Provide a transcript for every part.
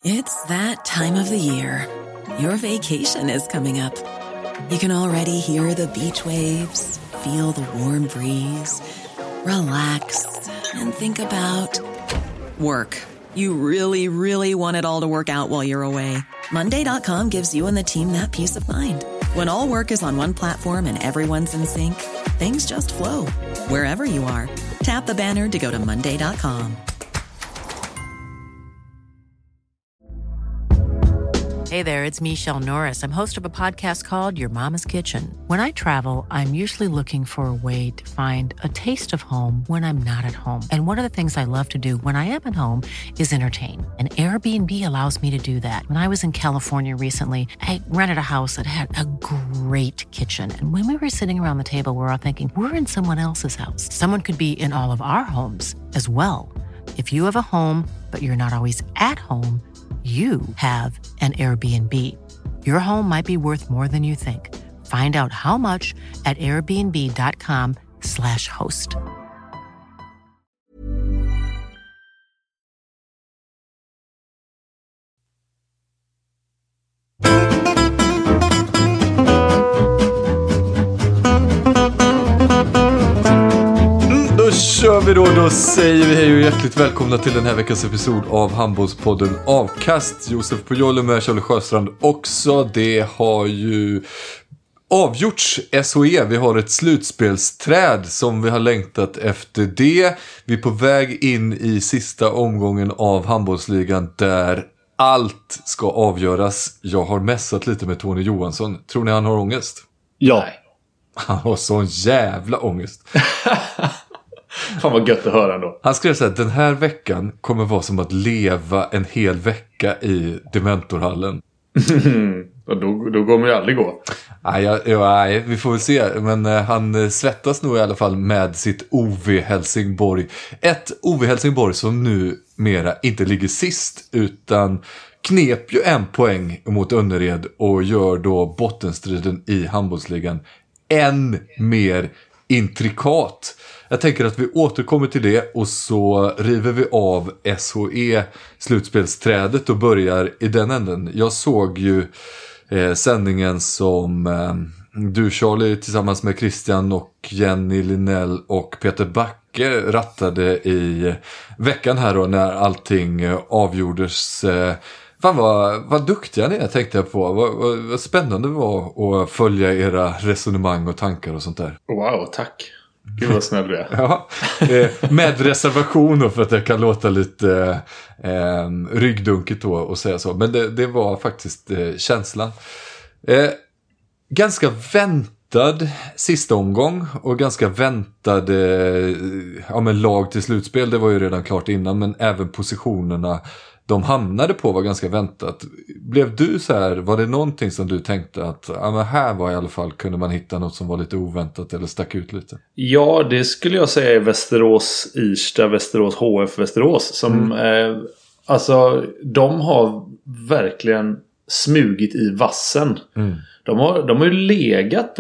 It's that time of the year. Your vacation is coming up. You can already hear the beach waves, feel the warm breeze, relax, and think about work. You really, really want it all to work out while you're away. Monday.com gives you and the team that peace of mind. When all work is on one platform and everyone's in sync, things just flow. Wherever you are, tap the banner to go to Monday.com. Hey there, it's Michelle Norris. I'm host of a podcast called Your Mama's Kitchen. When I travel, I'm usually looking for a way to find a taste of home when I'm not at home. And one of the things I love to do when I am at home is entertain. And Airbnb allows me to do that. When I was in California recently, I rented a house that had a great kitchen. And when we were sitting around the table, we're all thinking, we're in someone else's house. Someone could be in all of our homes as well. If you have a home, but you're not always at home, you have an Airbnb. Your home might be worth more than you think. Find out how much at airbnb.com/host. Då kör vi då säger vi hej och hjärtligt välkomna till den här veckans episod av Handbollspodden Avkast. Josef Pujol med Charlie Sjöstrand också. Det har ju avgjorts SHE. Vi har ett slutspelsträd som vi har längtat efter det. Vi är på väg in i sista omgången av handbollsligan där allt ska avgöras. Jag har mässat lite med Tony Johansson. Tror ni han har ångest? Ja. Han har sån jävla ångest. Fan vad gött att höra då. Han skrev så här: den här veckan kommer vara som att leva en hel vecka i Dementorhallen. Och då kommer det aldrig gå. Nej, vi får väl se. Men han svettas nog i alla fall med sitt OV Helsingborg. Ett OV Helsingborg som nu mera inte ligger sist utan knep ju en poäng mot Önnered och gör då bottenstriden i handbollsligan än mer intrikat. Jag tänker att vi återkommer till det och så river vi av SHE slutspelsträdet och börjar i den änden. Jag såg ju sändningen som du Charlie tillsammans med Christian och Jenny Linnell och Peter Backe rattade i veckan här då när allting avgjordes. Fan vad duktiga ni är, tänkte jag på. Vad spännande det var att följa era resonemang och tankar och sånt där. Wow, tack. Gud vad snäll du är. Ja, med reservation då, för att det kan låta lite ryggdunkigt då och säga så. Men det var faktiskt känslan. Ganska väntad sista omgång och ganska väntad lag till slutspel. Det var ju redan klart innan, men även positionerna de hamnade på var ganska väntat. Blev du så här, var det någonting som du tänkte att men här var i alla fall, kunde man hitta något som var lite oväntat eller stack ut lite? Ja, det skulle jag säga är Västerås Irsta, Västerås HF Västerås som alltså de har verkligen smugit i vassen. De har ju legat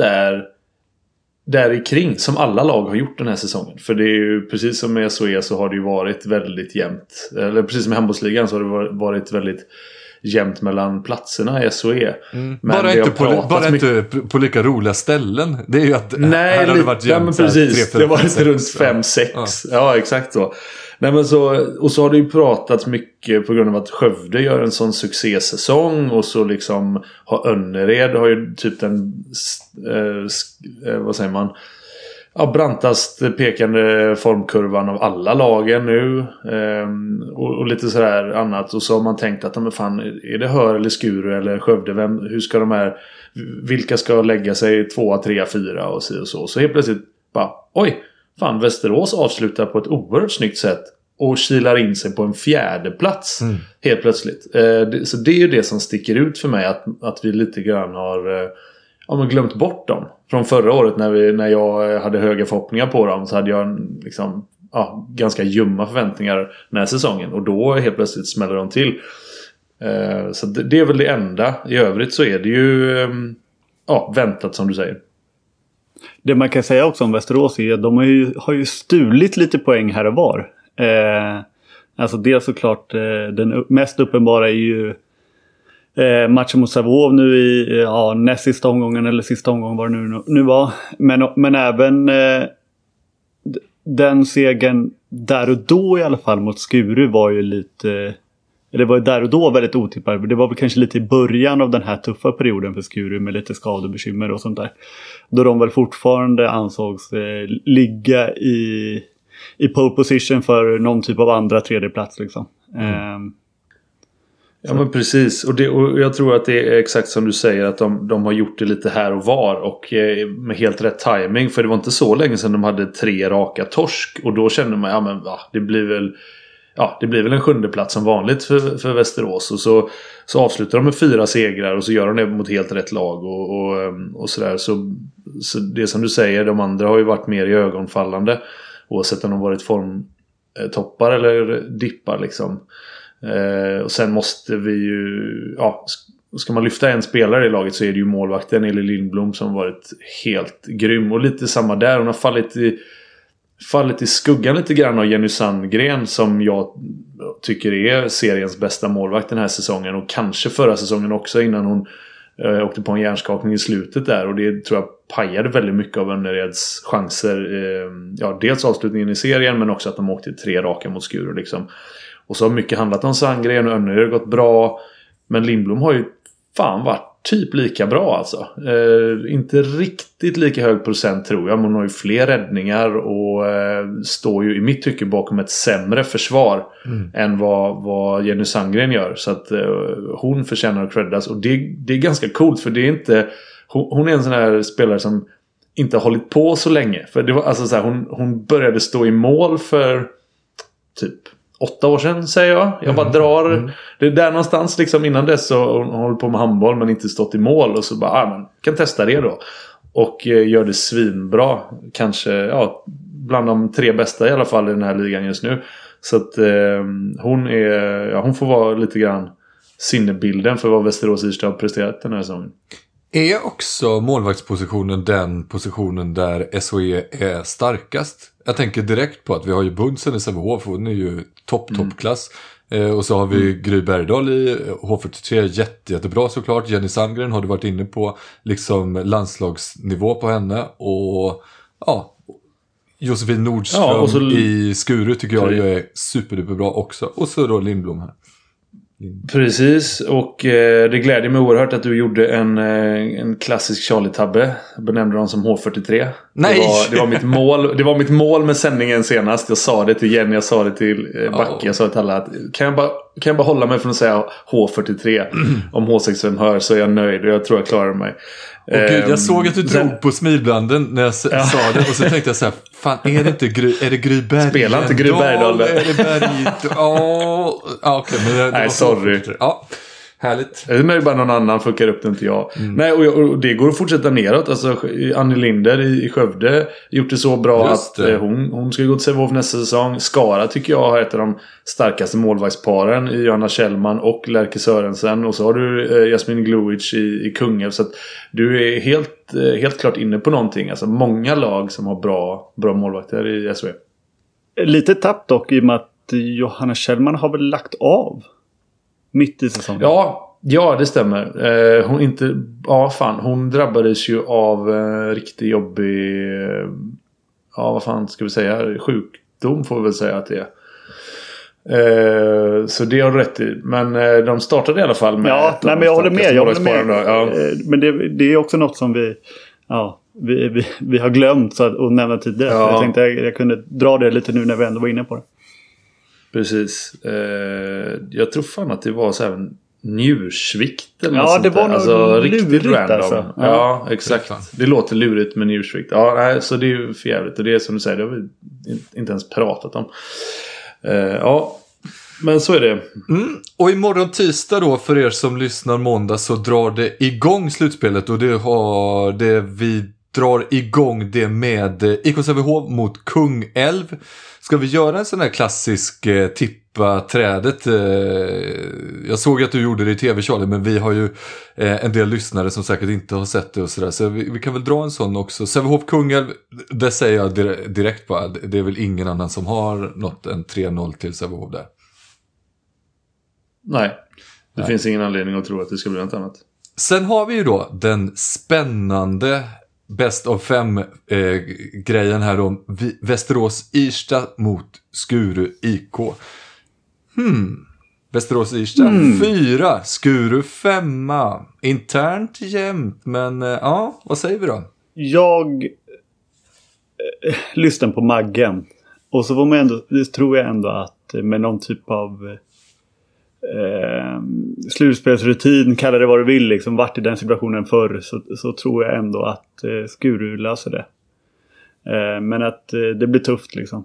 där i kring som alla lag har gjort den här säsongen. För det är ju precis som med SHE så har det ju varit väldigt jämnt. Eller precis som i handbollsligan så har det varit väldigt jämnt mellan platserna i SHE. Men bara inte på lika roliga ställen. Det är ju att här har det varit jämnt. Men precis, 3, 4, det var lite runt 5-6. Ja, exakt så. Nej, men så har det ju pratats mycket på grund av att Skövde gör en sån succésäsong och så liksom har Önnered har ju typ den vad säger man, brantast pekande formkurvan av alla lagen nu och lite sådär annat. Och så har man tänkt att men fan, är det Hör eller Skuru eller Skövde, hur ska de här, vilka ska lägga sig 2, 3, 4 och så. Så helt plötsligt bara, oj, fan, Västerås avslutar på ett oerhört snyggt sätt och kilar in sig på en 4:e plats helt plötsligt. Så det är ju det som sticker ut för mig, att vi lite grann har glömt bort dem. Från förra året när jag hade höga förhoppningar på dem så hade jag liksom, ganska ljumma förväntningar den här säsongen. Och då helt plötsligt smäller de till. Så det är väl det enda. I övrigt så är det ju väntat som du säger. Det man kan säga också om Västerås är att de har ju stulit lite poäng här och var. Alltså dels såklart den mest uppenbara är ju matchen mot Sävehof nu i näst sista omgången eller sista omgången var det nu var. Men även den segern där och då i alla fall mot Skuru var ju lite... Det var ju där och då väldigt otippad. Det var väl kanske lite i början av den här tuffa perioden för Skuru med lite skadebekymmer och sånt där. Då de väl fortfarande ansågs ligga i pole position för någon typ av andra tredje plats liksom. Ja men precis. Och jag tror att det är exakt som du säger att de har gjort det lite här och var och med helt rätt timing. För det var inte så länge sedan de hade 3 raka torsk. Och då kände man, det blir väl en 7:e plats som vanligt för Västerås. Och så avslutar de med 4 segrar och så gör de det mot helt rätt lag och sådär. Så det som du säger, de andra har ju varit mer i ögonfallande. Oavsett om de varit formtoppar eller dippar liksom. Och sen måste vi ju... ska man lyfta en spelare i laget så är det ju målvakten Eli Lindblom som varit helt grym. Och lite samma där, hon har fallit i skuggan lite grann av Jenny Sandgren som jag tycker är seriens bästa målvakt den här säsongen och kanske förra säsongen också innan hon åkte på en hjärnskakning i slutet där och det tror jag pajade väldigt mycket av Önnereds chanser, dels avslutningen i serien men också att de åkte 3 raka mot Skuru liksom. Och så har mycket handlat om Sandgren och Önnered har gått bra, men Lindblom har ju fan varit typ lika bra alltså. Inte riktigt lika hög procent tror jag, men hon har ju fler räddningar och står ju i mitt tycke bakom ett sämre försvar än vad Jenny Sandgren gör. Så att hon förtjänar att creddas och det är ganska coolt för det är inte... Hon är en sån här spelare som inte har hållit på så länge. För det var alltså så här, hon började stå i mål för typ 8 år sedan säger jag. Jag bara drar. Det är där någonstans liksom innan dess så hon håller på med handboll men inte stått i mål. Och så bara, men kan testa det då. Och gör det svinbra. Kanske, bland de 3 bästa i alla fall i den här ligan just nu. Så att hon får vara lite grann sinnebilden för vad Västerås Irstad har presterat den här säsongen. Är också målvaktspositionen den positionen där SOE är starkast? Jag tänker direkt på att vi har ju Bunsen i Sävehof, hon är ju toppklass. Och så har vi Gry Bergdahl i H43, jättebra såklart. Jenny Sandgren har du varit inne på, liksom landslagsnivå på henne. Och Josefin Nordström i Skuru tycker jag är superduperbra också. Och så då Lindblom här. Precis, och det glädjer mig oerhört att du gjorde en klassisk Charlie-tabbe. Benämnde dem som H43. Nej! Det var mitt mål med sändningen senast. Jag sa det till Jenny, jag sa det till Backe, jag sa det till alla att kan jag bara hålla mig från att säga H43 om H65 hör så är jag nöjd och jag tror jag klarar mig. Och gud, jag såg att du drog på smilbanden när jag sa det och så tänkte jag så här, fan är det Gry Bergdahl? Spelar inte Gry Bergdahl? Är det okej, men nej, sorry. Ja, härligt. Det är bara någon annan fuckar upp det, inte jag. Nej, och det går att fortsätta neråt. Alltså Annie Linder i Skövde gjort det så bra att hon ska gå till Sävehof nästa säsong. Skara tycker jag har ett av de starkaste målvaktsparen i Johanna Kjellman och Lärke Sörensen. Och så har du Jasmin Gluic i Kungälv. Så att du är helt klart inne på någonting. Alltså många lag som har bra målvakter i SHE. Lite tapp dock i och med att Johanna Kjellman har väl lagt av mitt i säsongen. Ja, det stämmer. Hon drabbades ju av riktigt jobbig vad fan ska vi säga, sjukdom får vi väl säga att det är. Så det har rätt i. Men de startade i alla fall med men jag håller med. Men det är också något som vi har glömt att nämna tidigare. Jag tänkte jag kunde dra det lite nu när vi ändå var inne på det. Precis. Jag tror fan att det var så här njursvikt eller det var nog riktigt random. Alltså. Ja, exakt. Det låter lurigt med njursvikt. Så det är ju för jävligt. Och det är som du säger, det har vi inte ens pratat om. Men så är det. Och imorgon tisdag då, för er som lyssnar måndag, så drar det igång slutspelet. Och vi drar igång det med IK Sävehof mot Kungälv. Ska vi göra en sån här klassisk tippa trädet? Jag såg att du gjorde det i tv, Charlie, men vi har ju en del lyssnare som säkert inte har sett det och sådär. Så vi kan väl dra en sån också. Sävehof Kungälv, det säger jag direkt på. Det är väl ingen annan som har nått en 3-0 till Sävehof där. Nej, det finns ingen anledning att tro att det ska bli något annat. Sen har vi ju då den spännande Best of 5 grejen här då. Västerås-Irsta mot Skuru IK. Västerås-Irsta 4, Skuru 5. Internt jämnt, men ja, vad säger vi då? Jag lyssnar på Maggen. Och så var man ändå, tror jag ändå att med någon typ av slutspelsrutin, kalla det vad du vill, liksom, varit i den situationen förr, så tror jag ändå att Skuru löser det. Men att det blir tufft liksom.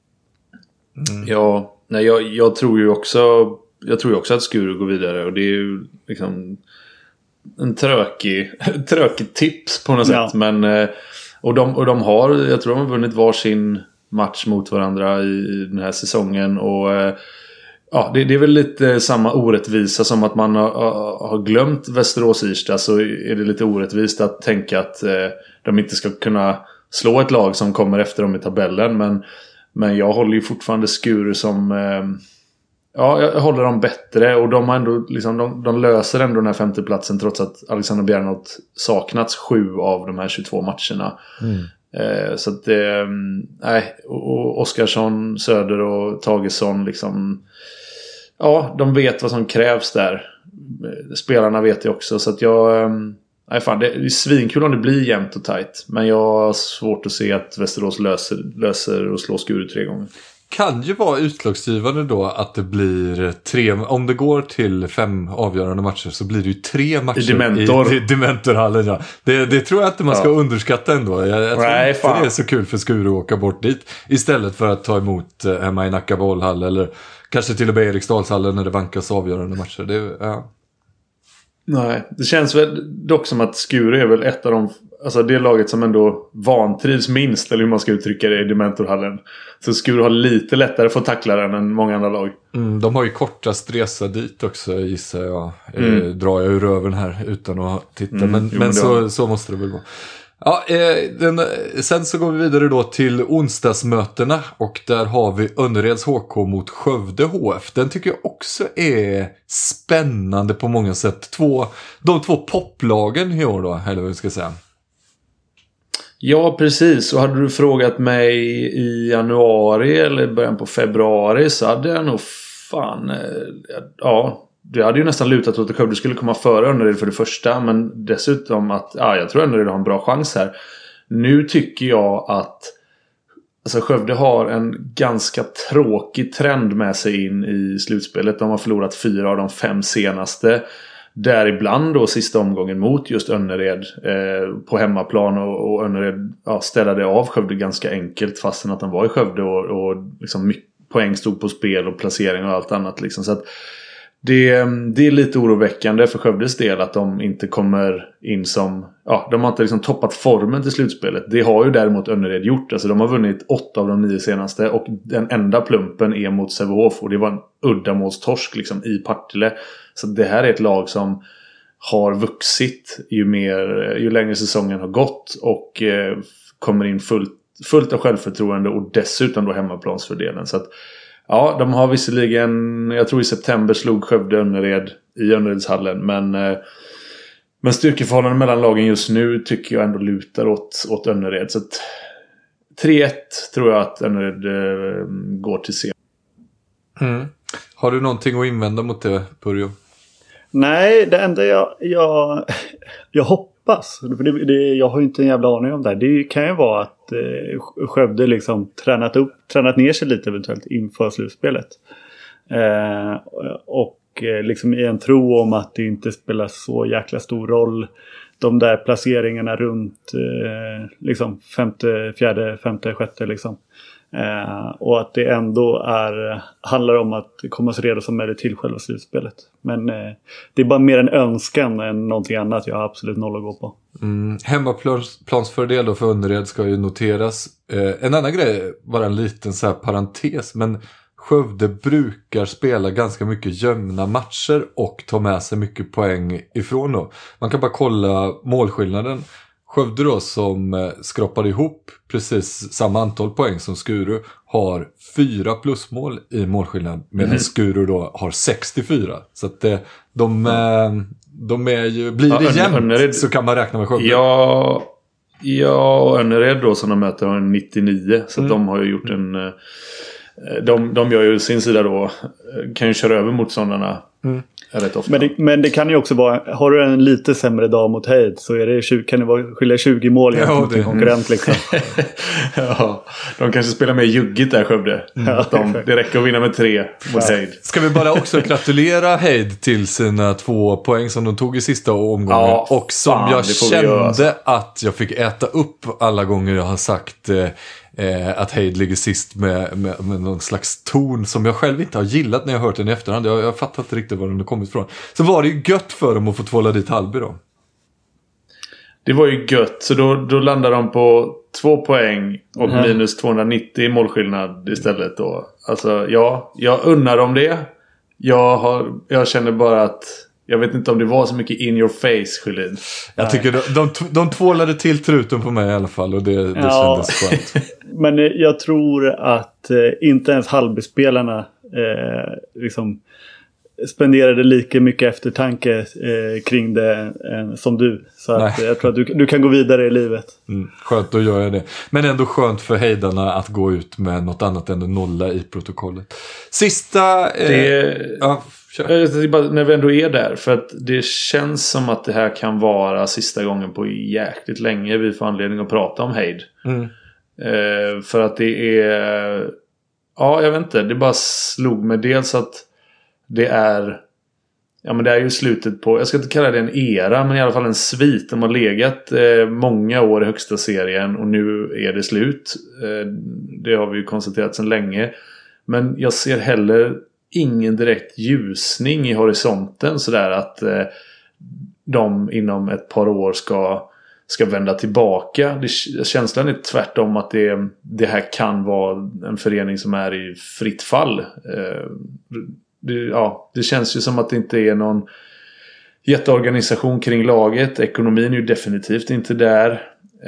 Ja, nej, jag tror ju också att Skuru går vidare, och det är ju liksom en trökig tips på något sätt, men och de har, jag tror de har vunnit varsin match mot varandra i den här säsongen, och ja, det är väl lite samma orättvisa som att man har glömt Västerås-Irsta, så är det lite orättvist att tänka att de inte ska kunna slå ett lag som kommer efter dem i tabellen, men jag håller ju fortfarande Skuru som ja, jag håller dem bättre, och de har ändå liksom, de löser ändå den här 5:e platsen trots att Alexander Bjärnot saknats 7 av de här 22 matcherna. Så att nej, och Oskarsson, Söder och Tagesson liksom, ja, de vet vad som krävs där. Spelarna vet det också, så att nej fan, det är svinkul om det blir jämnt och tajt, men jag har svårt att se att Västerås löser och slår Skuru 3 gånger. Kan ju vara utslagsgivande då att det blir 3, om det går till 5 avgörande matcher så blir det ju 3 matcher i Dementorhallen. Ja. Det tror jag inte man ska underskatta ändå. Jag tror inte det är så kul för Skuru att åka bort dit istället för att ta emot hemma i Nacka bollhall eller kanske till och med Eriksdalshallen när det vankas avgörande matcher. Nej, det känns väl dock som att Skuru är väl ett av de, alltså det laget som ändå vantrivs minst, eller hur man ska uttrycka det, i Dementorhallen. Så Skuru har lite lättare för att tackla den än många andra lag. De har ju kortast resa dit också, gissar jag. Drar jag ur röven här utan att titta. Men så måste det väl vara. Ja, sen så går vi vidare då till onsdagsmötena, och där har vi Önnereds HK mot Skövde HF. Den tycker jag också är spännande på många sätt. De två poplagen i år då, eller vad vi ska säga. Ja, precis. Och hade du frågat mig i januari eller början på februari så hade jag nog det hade ju nästan lutat åt att Skövde skulle komma före Önnered för det första, men dessutom att jag tror Önnered har en bra chans här. Nu tycker jag att alltså Skövde har en ganska tråkig trend med sig in i slutspelet. De har förlorat 4 av de 5 senaste. Däribland då sista omgången mot just Önnered på hemmaplan, och Önnered ställde av Skövde ganska enkelt fastän att de var i Skövde, och liksom mycket poäng stod på spel och placering och allt annat liksom. Så att det är lite oroväckande för Skövdes del att de inte kommer in som, de har inte liksom toppat formen till slutspelet. Det har ju däremot Önnered gjort. Alltså de har vunnit 8 av de 9 senaste, och den enda plumpen är mot Sävehof, och det var en uddamålstorsk liksom i Partille. Så det här är ett lag som har vuxit ju längre säsongen har gått, och kommer in fullt av självförtroende, och dessutom då hemmaplansfördelen. Så att de har visserligen, jag tror i september slog Skövde Önnered i Önneredshallen, men styrkeförhållanden mellan lagen just nu tycker jag ändå lutar åt Önnered. Så att 3-1 tror jag att Önnered går till C. Har du någonting att invända mot det, Purjo? Nej, det enda jag hoppas, för jag har ju inte en jävla aning om det här. Det kan ju vara att Skövde liksom tränat ner sig lite eventuellt inför slutspelet. Och liksom i en tro om att det inte spelar så jäkla stor roll, de där placeringarna runt liksom 5:e, 4:e, 5:e, 6:e liksom. Och att det ändå handlar om att komma så redo som möjligt till själva slutspelet. Men det är bara mer en önskan än någonting annat. Jag har absolut noll att gå på. Hemmaplansfördel då för Önnered ska ju noteras. En annan grej, bara en liten så här parentes, men Skövde brukar spela ganska mycket jämna matcher och ta med sig mycket poäng ifrån då. Man kan bara kolla målskillnaden. Skövde då, som skrapade ihop precis samma antal poäng som Skuru, har 4 plusmål i målskillnad, medan Skuru då har 64. Så att de är ju, blir det jämnt så kan man räkna med Skövde. Ja, Önnered då som de möter har en 99, så att de har ju gjort en... De gör ju sin sida då, kan ju köra över motståndarna rätt ofta. Men det kan ju också vara, har du en lite sämre dag mot Heid så är det kan det vara skilja 20 mål mot en konkurrent liksom. Ja, de kanske spelar med juggigt där, Skövde. Det räcker att vinna med 3 mot Heid. Ska vi bara också gratulera Heid till sina 2 poäng som de tog i sista omgången, och som jag kände att jag fick äta upp alla gånger jag har sagt att Heid ligger sist med någon slags ton som jag själv inte har gillat när jag hört den i efterhand. Jag fattar inte riktigt var den har kommit ifrån. Så var det ju gött för dem att få tvåla dit Hallby då. Det var ju gött. Så då landar de på 2 poäng och minus 290 målskillnad istället då. Alltså jag unnar dem det. Jag känner bara att jag vet inte om det var så mycket in your face, Sjölin. Jag tycker de tvålade till truten på mig i alla fall, och det kändes skönt. Men jag tror att inte ens Hallby-spelarna liksom spenderade lika mycket eftertanke kring det som du. Så att jag tror att du kan gå vidare i livet. Skönt, då gör jag det. Men ändå skönt för Heidarna att gå ut med något annat än en nolla i protokollet. Sista... när vi ändå är där, för att det känns som att det här kan vara sista gången på jäkligt länge vi får anledning att prata om Heid. För att det är... Ja, jag vet inte. Det bara slog mig dels att det är... Ja, men det är ju slutet på... Jag ska inte kalla det en era, men i alla fall en svit. De har legat många år i högsta serien och nu är det slut. Det har vi ju konstaterat sedan länge. Men jag ser heller ingen direkt ljusning i horisonten, sådär att de inom ett par år ska vända tillbaka. Känslan är tvärtom att det här kan vara en förening som är i fritt fall. Det känns ju som att det inte är någon jätteorganisation kring laget. Ekonomin är ju definitivt inte där.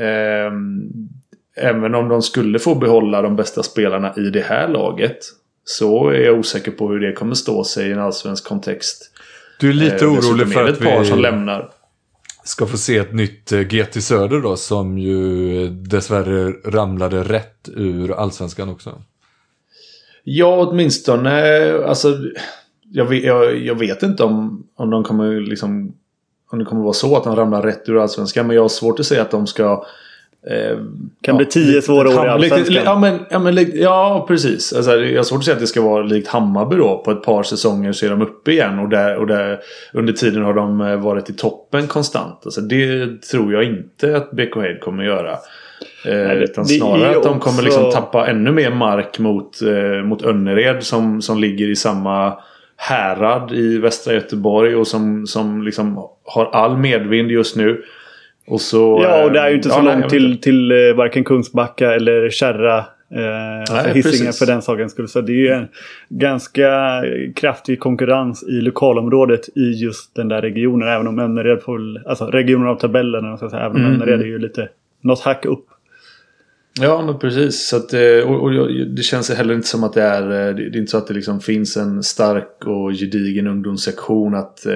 Även om de skulle få behålla de bästa spelarna i det här laget, så är jag osäker på hur det kommer stå sig i en allsvensk kontext. Du är lite orolig för att vi som lämnar. Ska få se ett nytt GT Söder då, som ju dessvärre ramlade rätt ur allsvenskan också. Ja, åtminstone. Alltså, jag vet inte om de kommer liksom, om det kommer vara så att de ramlar rätt ur allsvenskan, men jag har svårt att säga att de ska kan bli 10 svåra år i allsvenskan. Ja, precis. Alltså, jag har svårt att säga att det ska vara likt Hammarby då. På ett par säsonger så är de uppe igen. Och där under tiden har de varit i toppen konstant. Alltså, det tror jag inte att BK Heid kommer göra. Utan snarare att de kommer liksom tappa ännu mer mark mot Önnered som ligger i samma härad i västra Göteborg och som liksom har all medvind just nu. Och så, och det är ju inte så långt till varken Kungsbacka eller Kärra Hisingen för den saken skulle. Så det är ju en ganska kraftig konkurrens i lokalområdet i just den där regionen. Även om Önnered får, alltså regionen av tabellen, även om Önnered är ju lite något hack upp. Ja, men precis. Så att, och det känns heller inte som att det är inte så att det liksom finns en stark och gedigen ungdomssektion att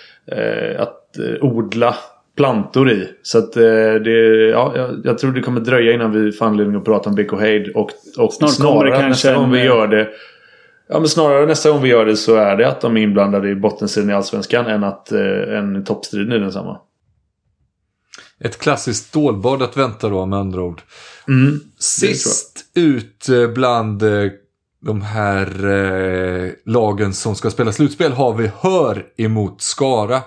odla plantor i. Så att jag tror det kommer dröja innan vi får anledning att prata om BK Heid och snarare nästa gång vi gör det. Ja, men snarare nästa gång vi gör det så är det att de är inblandade i bottenstriden i allsvenskan än att en toppstriden i densamma. Ett klassiskt stålbad att vänta då, med andra ord. Sist ut bland de här lagen som ska spela slutspel har vi Hör emot Skara.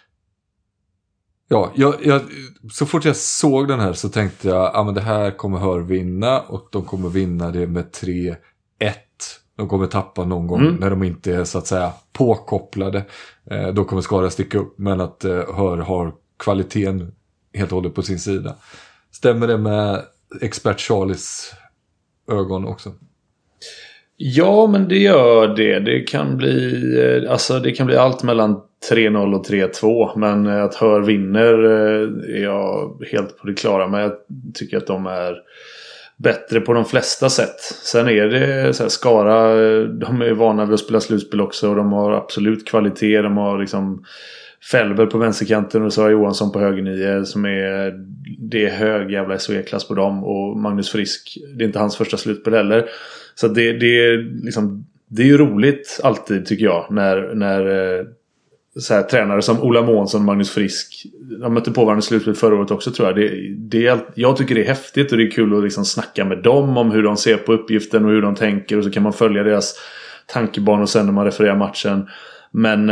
Ja, jag så fort jag såg den här så tänkte jag men det här kommer Hör vinna, och de kommer vinna det med 3-1. De kommer tappa någon gång när de inte är så att säga påkopplade. Då kommer Skara sticka upp, men att Hör har kvaliteten helt och hållet på sin sida. Stämmer det med expert Charlies ögon också? Ja, men det gör det. Det kan bli allt mellan 3-0 och 3-2. Men att Hör vinner är jag helt på det klara med. Jag tycker att de är bättre på de flesta sätt. Sen är det så här, Skara, de är vana vid att spela slutspel också. Och de har absolut kvalitet. De har liksom Fällberg på vänsterkanten och så har Johansson på högernio som det är hög jävla SHE-klass på dem. Och Magnus Frisk, det är inte hans första slutspel heller. Så det är liksom, det är ju roligt alltid tycker jag när så här, tränare som Ola Månsson och Magnus Frisk, de mötte på varandra i slutet förra året också tror jag. Jag tycker det är häftigt och det är kul att liksom snacka med dem om hur de ser på uppgiften och hur de tänker och så kan man följa deras tankebanor sen när man refererar matchen. Men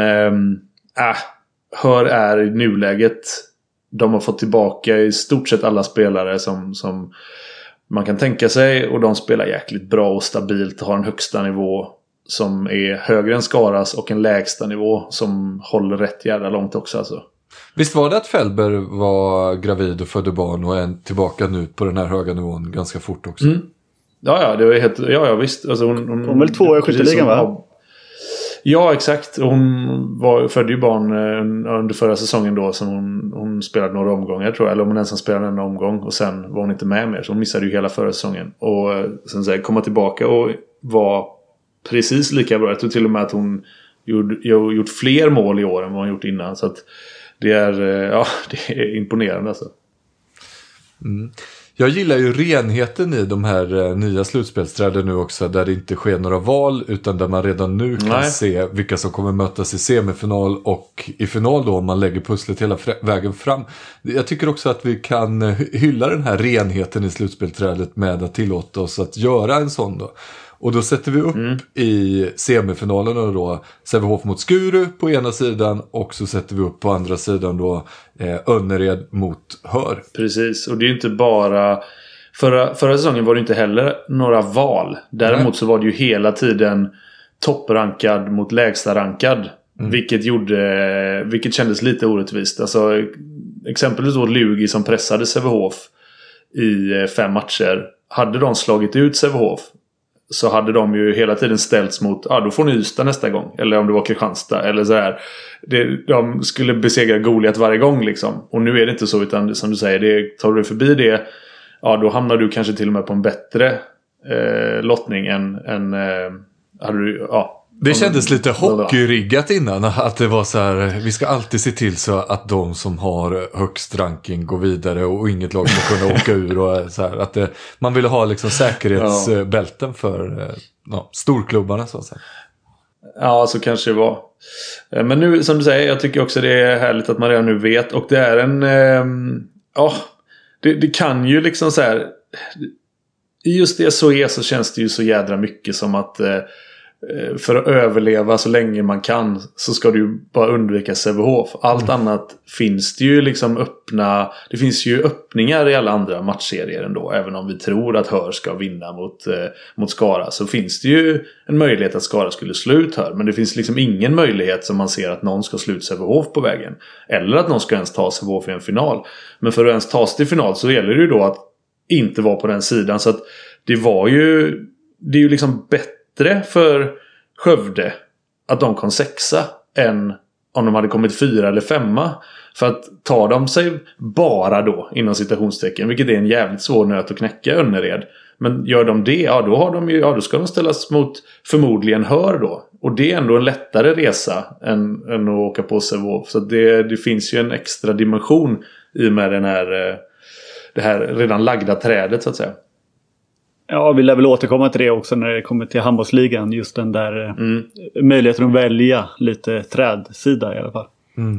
Hör är i nuläget, de har fått tillbaka i stort sett alla spelare som man kan tänka sig och de spelar jäkligt bra och stabilt och har en högsta nivå som är högre än Skaras och en lägsta nivå som håller rätt jävla långt också alltså. Visst var det att Fällberg var gravid och födde barn och är tillbaka nu på den här höga nivån ganska fort också? Ja, det var helt... Ja, visst. Alltså hon väl 2 i skytteligan va? Ja, exakt. Hon födde ju barn under förra säsongen då som hon spelade några omgångar tror jag. Eller om hon ens spelade en omgång och sen var hon inte med mer. Så hon missade ju hela förra säsongen. Och sen så komma tillbaka och var precis lika bra. Jag tror till och med att hon gjort fler mål i år än vad hon gjort innan. Så att det är imponerande alltså. Jag gillar ju renheten i de här nya slutspelsträden nu också. Där det inte sker några val utan där man redan nu kan se vilka som kommer mötas i semifinal och i final då om man lägger pusslet hela vägen fram. Jag tycker också att vi kan hylla den här renheten i slutspelsträdet med att tillåta oss att göra en sån då. Och då sätter vi upp i semifinalerna då Sävehof mot Skuru på ena sidan och så sätter vi upp på andra sidan då Önnered mot Hör. Precis, och det är ju inte bara... Förra säsongen var det inte heller några val. Däremot så var det ju hela tiden topprankad mot lägsta rankad. Vilket kändes lite orättvist. Alltså, exempelvis då Lugi som pressade Sävehof i 5 matcher. Hade de slagit ut Sävehof så hade de ju hela tiden ställts mot då får ni Ystad nästa gång. Eller om det var Kristianstad eller så här. De skulle besegra Goliat varje gång liksom. Och nu är det inte så utan som du säger, tar du förbi det, då hamnar du kanske till och med på en bättre lottning än hade du, Det kändes lite hockeyriggat innan att det var så här, vi ska alltid se till så att de som har högst ranking går vidare och inget lag ska kunna åka ur och så här, att man ville ha liksom säkerhetsbälten för storklubbarna så att säga. Ja, så kanske det var. Men nu som du säger, jag tycker också det är härligt att man redan nu vet och det är en det kan ju liksom så här i just det så känns det ju så jädra mycket som att för att överleva så länge man kan så ska du ju bara undvika Sävehof. Allt annat finns det ju liksom det finns ju öppningar i alla andra matchserier ändå. Även om vi tror att Hör ska vinna mot Skara så finns det ju en möjlighet att Skara skulle slå ut Hör. Men det finns liksom ingen möjlighet som man ser att någon ska slå ut Sävehof på vägen. Eller att någon ska ens ta Sävehof i en final. Men för att ens ta sig till final så gäller det ju då att inte vara på den sidan. Så att det är ju liksom bättre för Skövde att de kom 6 än om de hade kommit 4 eller 5. För att tar de sig bara då inom citationstecken, vilket är en jävligt svår nöt att knäcka Önnered. Men gör de det, då har de ju, då ska de ställas mot förmodligen Hör då. Och det är ändå en lättare resa än att åka på Sävehof. Så det finns ju en extra dimension i med det här redan lagda trädet så att säga. Ja, vi lär väl återkomma till det också när det kommer till handbollsligan. Just den där möjligheten att välja lite trädsida i alla fall.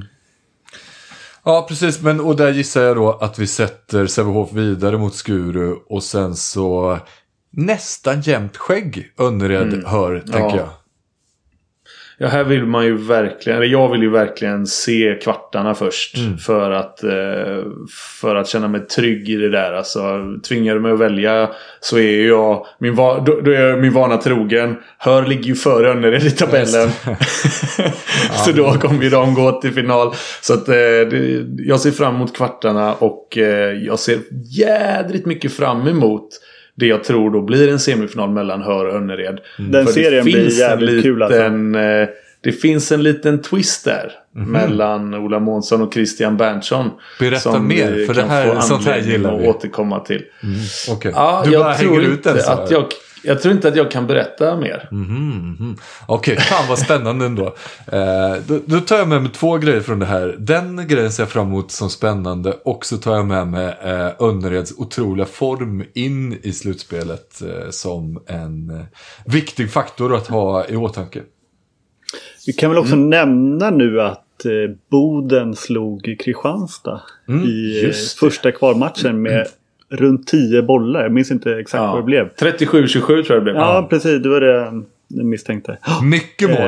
Ja, precis. Och där gissar jag då att vi sätter Sävehof vidare mot Skuru. Och sen så nästan jämnt skägg Önnered Hör, tänker jag. Ja, här vill man ju verkligen, jag vill ju verkligen se kvartarna först för att känna mig trygg i det där. Alltså, tvingar du mig att välja så är jag då är jag min vana trogen. Hör ligger ju före Önnered i tabellen. Så då kommer ju de gå till final. Så att jag ser fram emot kvartarna och jag ser jädrigt mycket fram emot det jag tror då blir en semifinal mellan Hör och Önnered. Den serien blir jävligt kul alltså. det finns en liten twist där mellan Ola Månsson och Christian Berntsson. Berätta mer, för det här sånt här gillar vi. Att återkomma till. Okay. Ja, du bara hänger ut den så här. Jag tror inte att jag kan berätta mer. Okej, fan vad spännande ändå. Då tar jag med mig 2 grejer från det här. Den grejen ser jag fram emot som spännande. Och så tar jag med mig Önnereds otroliga form in i slutspelet som en viktig faktor att ha i åtanke. Vi kan väl också nämna nu att Boden slog Kristianstad i första kvalmatchen med runt 10 bollar. Jag minns inte exakt vad det blev. 37-27 tror jag det blev. Ja, precis. Det var det jag misstänkte. Mycket mål.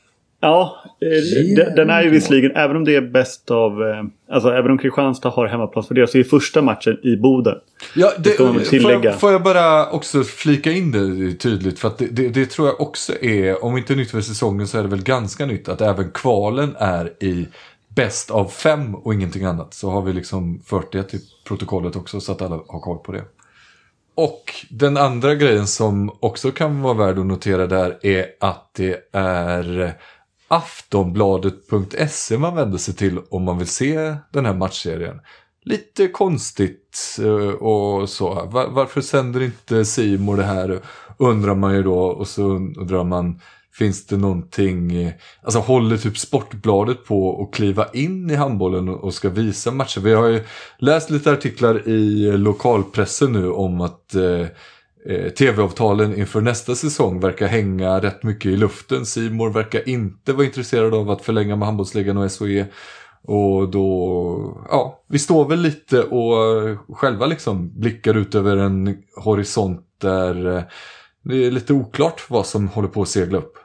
Den är ju visserligen, även om det är bäst av... alltså även om Kristianstad har hemmaplats för det, så är första matchen i Boden. Ja, får jag bara också flika in det tydligt, för att det tror jag också är, om inte nytt för säsongen så är det väl ganska nytt att även kvalen är i bäst av 5 och ingenting annat. Så har vi liksom fört det till protokollet också så att alla har koll på det. Och den andra grejen som också kan vara värd att notera där är att det är aftonbladet.se man vänder sig till om man vill se den här matchserien. Lite konstigt och så. Varför sänder inte C More det här, undrar man ju då. Och så undrar man, finns det någonting, alltså håller typ Sportbladet på att kliva in i handbollen och ska visa matcher? Vi har ju läst lite artiklar i lokalpressen nu om att tv-avtalen inför nästa säsong verkar hänga rätt mycket i luften. C More verkar inte vara intresserad av att förlänga med handbollsligan och SOE. Och då, vi står väl lite och själva liksom blickar ut över en horisont där det är lite oklart vad som håller på att segla upp.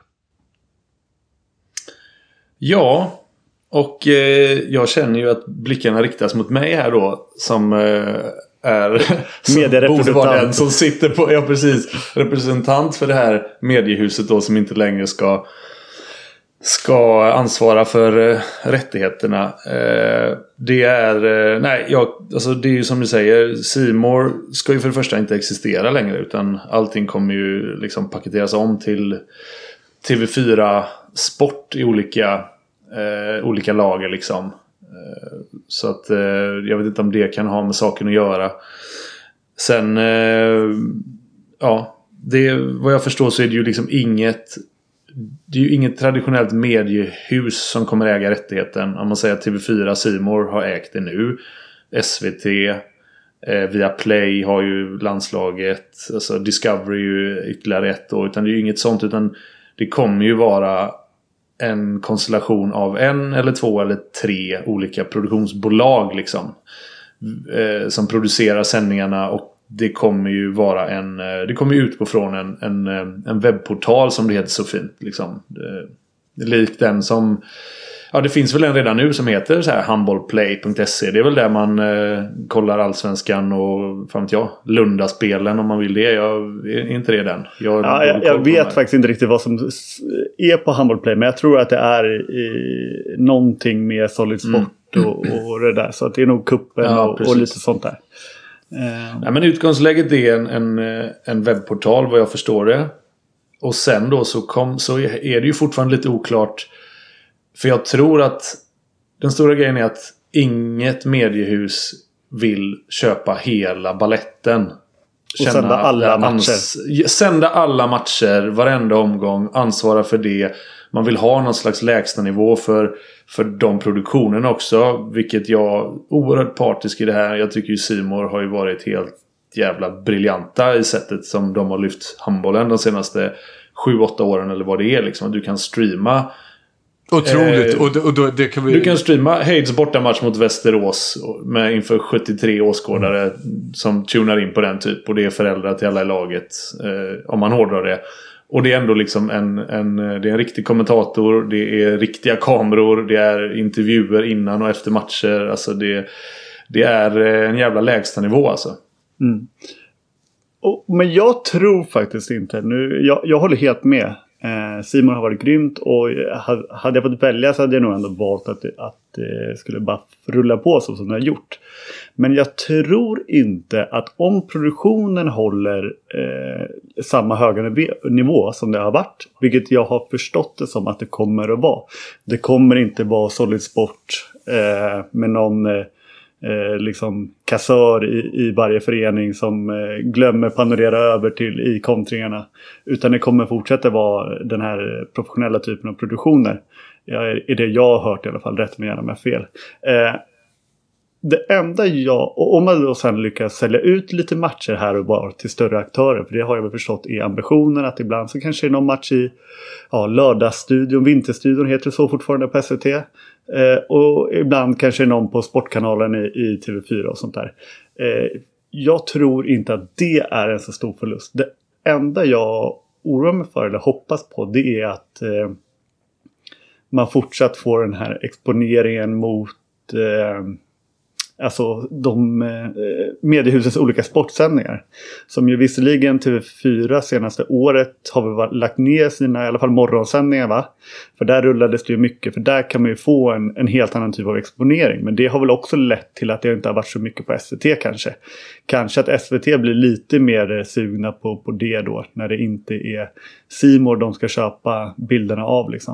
Ja, och jag känner ju att blickarna riktas mot mig här då, som är borde vara den som sitter på, representant för det här mediehuset då, som inte längre ska ansvara för rättigheterna. Det är ju som du säger, C More ska ju för det första inte existera längre, utan allting kommer ju liksom paketeras om till TV4 Sport i olika lager liksom. Så att jag vet inte om det kan ha med saken att göra. Sen vad jag förstår så är det ju liksom inget traditionellt mediehus som kommer äga rättigheten. Om man säger att TV4 C More har ägt det nu. SVT via Play har ju landslaget, alltså Discovery ju ytterligare ett då, utan det är ju inget sånt, utan det kommer ju vara en konstellation av 1 eller 2 eller 3 olika produktionsbolag liksom, som producerar sändningarna, och det kommer ju vara det kommer utgå från en webbportal som det heter så fint liksom. Likt den som, det finns väl en redan nu som heter så här handbollplay.se. Det är väl där man kollar allsvenskan och fan vet jag, Lundaspelen om man vill det. Är inte det den? Jag vet faktiskt inte riktigt vad som är på handbollplay, men jag tror att det är någonting med Solid Sport och det där, så att det är nog kuppen och lite sånt där. Men utgångsläget är en webbportal vad jag förstår det. Och sen då så är det ju fortfarande lite oklart. För jag tror att den stora grejen är att inget mediehus vill köpa hela balletten. Och sända alla matcher, varenda omgång, ansvara för det. Man vill ha någon slags lägsta nivå för de produktionerna också. Vilket jag oerhört partisk i det här. Jag tycker ju C More har ju varit helt jävla briljanta i sättet som de har lyft handbollen de senaste 7-8 åren eller vad det är liksom. Att du kan streama. Otroligt. Du kan streama Heids bortamatch mot Västerås inför 73 åskådare som tunar in på den typ. Och det är föräldrar till alla i laget, om man hårdrar det. Och det är ändå liksom det är en riktig kommentator, det är riktiga kameror, det är intervjuer innan och efter matcher. Alltså det är en jävla lägsta nivå alltså. Men jag tror faktiskt inte, jag håller helt med. Simon har varit grymt och hade jag fått välja så hade jag nog ändå valt att det skulle bara rulla på så som det har gjort. Men jag tror inte att om produktionen håller samma höga nivå som det har varit, vilket jag har förstått det som att det kommer att vara. Det kommer inte vara Solid Sport med någon liksom kassör i varje förening som glömmer panorera över i kontringarna, utan det kommer fortsätta vara den här professionella typen av produktioner. Är det jag har hört i alla fall, rätt mig gärna med fel. Det enda och om man då sen lyckas sälja ut lite matcher här och var till större aktörer, för det har jag väl förstått i ambitionen att ibland så kanske det är någon match i lördagsstudion, vinterstudion heter det så fortfarande på SVT. Och ibland kanske någon på Sportkanalen i TV4 och sånt där. Jag tror inte att det är en så stor förlust. Det enda jag oroar mig för eller hoppas på, det är att man fortsatt får den här exponeringen mot alltså de mediehusens olika sportsändningar. Som ju visserligen TV4 senaste året har vi lagt ner sina i alla fall morgonsändningar, va? För där rullades det ju mycket. För där kan man ju få en helt annan typ av exponering. Men det har väl också lett till att det inte har varit så mycket på SVT kanske. Kanske att SVT blir lite mer sugna på det då. När det inte är C More de ska köpa bilderna av liksom.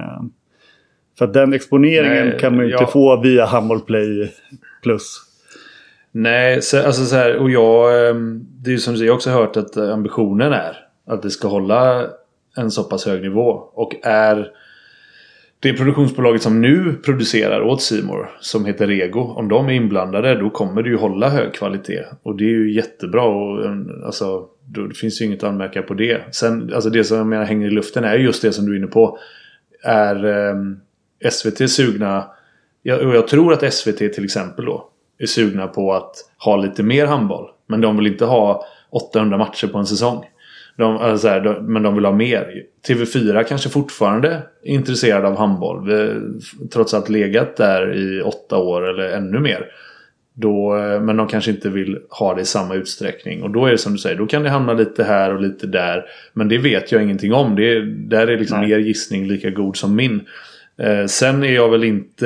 För att den exponeringen kan man ju inte få via Humble Play Plus. Nej, alltså så här, och det är ju som du säger, jag har också hört att ambitionen är att det ska hålla en så pass hög nivå. Och är det produktionsbolaget som nu producerar åt C More, som heter Rego, om de är inblandade, då kommer det ju hålla hög kvalitet. Och det är ju jättebra. Och, alltså, det finns ju inget att anmärka på det. Sen, alltså det som jag menar hänger i luften är just det som du är inne på. Är SVT sugna, och jag tror att SVT till exempel då är sugna på att ha lite mer handboll, men de vill inte ha 800 matcher på en säsong. Men de vill ha mer. TV4 kanske fortfarande är intresserad av handboll, trots att legat där i 8 år eller ännu mer. Men de kanske inte vill ha det i samma utsträckning. Och då är det som du säger, då kan det hamna lite här och lite där. Men det vet jag ingenting om. Där är liksom er gissning lika god som min. Sen är jag väl inte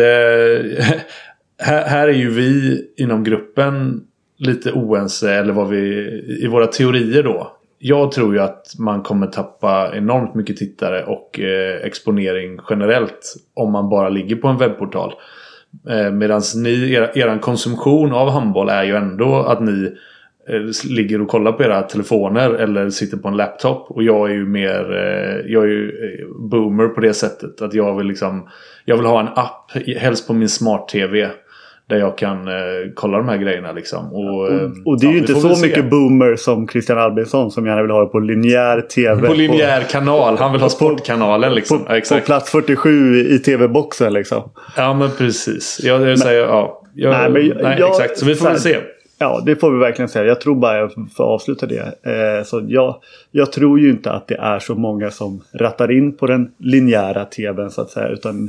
här är ju vi inom gruppen lite oense, eller vad vi i våra teorier då. Jag tror ju att man kommer tappa enormt mycket tittare och exponering generellt om man bara ligger på en webbportal. Medan eran konsumtion av handboll är ju ändå att ni ligger och kollar på era telefoner eller sitter på en laptop. Och jag är ju boomer på det sättet att jag vill ha en app, helst på min smart-tv, där jag kan kolla de här grejerna liksom. Och det är ju inte så mycket boomer som Christian Albinsson, som gärna vill ha det på linjär tv. På linjär kanal. Han vill ha sportkanalen liksom. På plats 47 i tv-boxen liksom. Ja, men precis. Jag säger exakt. Så vi får väl se. Ja, det får vi verkligen säga. Jag tror bara jag får avsluta det. Så jag tror ju inte att det är så många som rattar in på den linjära tvn så att säga. Utan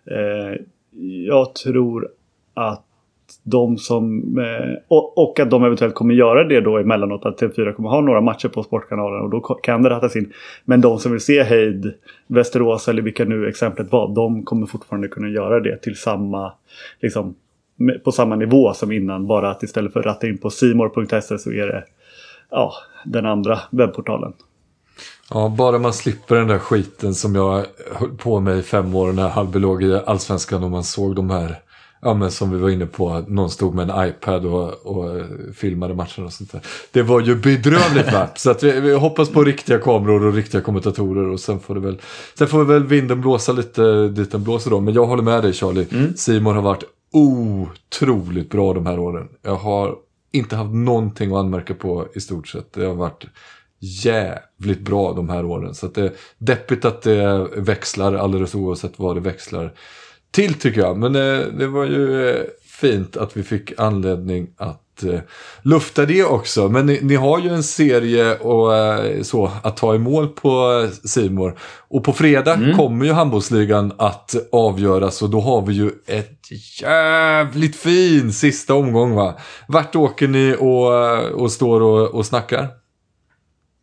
jag tror att de som och att de eventuellt kommer göra det då emellanåt, att TV4 kommer ha några matcher på Sportkanalen och då kan det rattas in. Men de som vill se Heid, Västerås eller vilka nu exemplet var, de kommer fortfarande kunna göra det till samma liksom, på samma nivå som innan, bara att istället för att ratta in på simor.se så är det den andra webbportalen. Ja, bara man slipper den där skiten som jag höll på med i 5 år när Halby låg i Allsvenskan och man såg de här, men som vi var inne på, någon stod med en iPad och filmade matchen och sånt där. Det var ju bedrövligt värt. Så att vi hoppas på riktiga kameror och riktiga kommentatorer, och sen får väl vinden blåsa lite dit den blåser då. Men jag håller med dig, Charlie. Simon har varit otroligt bra de här åren. Jag har inte haft någonting att anmärka på i stort sett. Det har varit jävligt bra de här åren. Så att det är deppigt att det växlar alldeles oavsett vad det växlar till, tycker jag. Men det var ju fint att vi fick anledning att lufta det också. Men ni har ju en serie och så att ta i mål på C More. Och på fredag kommer ju handbollsligan att avgöras, och då har vi ju ett jävligt fin sista omgång, va? Vart åker ni och står och snackar?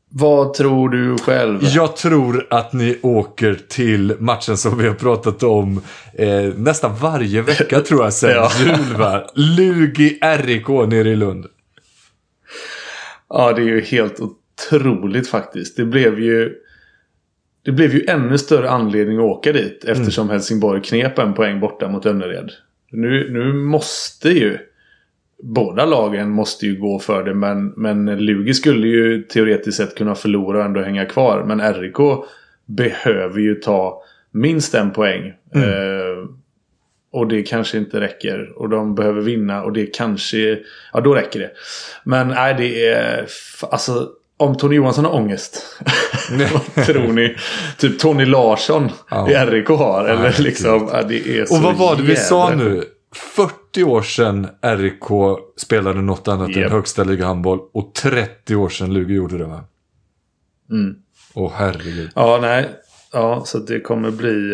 Vad tror du själv? Jag tror att ni åker till matchen som vi har pratat om nästan varje vecka tror jag sen jul, va? Lugi RIK nere i Lund. Ja, det är ju helt otroligt faktiskt. Det blev ju ännu större anledning att åka dit eftersom Helsingborg knep en poäng borta mot Önnered. Nu måste ju båda lagen måste ju gå för det, men Lugi skulle ju teoretiskt sett kunna förlora och ändå hänga kvar. Men RIK behöver ju ta minst en poäng. Och det kanske inte räcker. Och de behöver vinna och det kanske... Ja, då räcker det. Men nej, det är... Alltså, om Tony Johansson har ångest. Vad tror ni? Typ Tony Larsson i RIK har. Eller liksom... Ja, det är så. Och vad var det vi sa nu? 40 år sedan RIK spelade något annat än högsta liga handboll. Och 30 år sedan Lugi gjorde det, va? Åh, herregud. Ja, nej. Ja, så det kommer bli...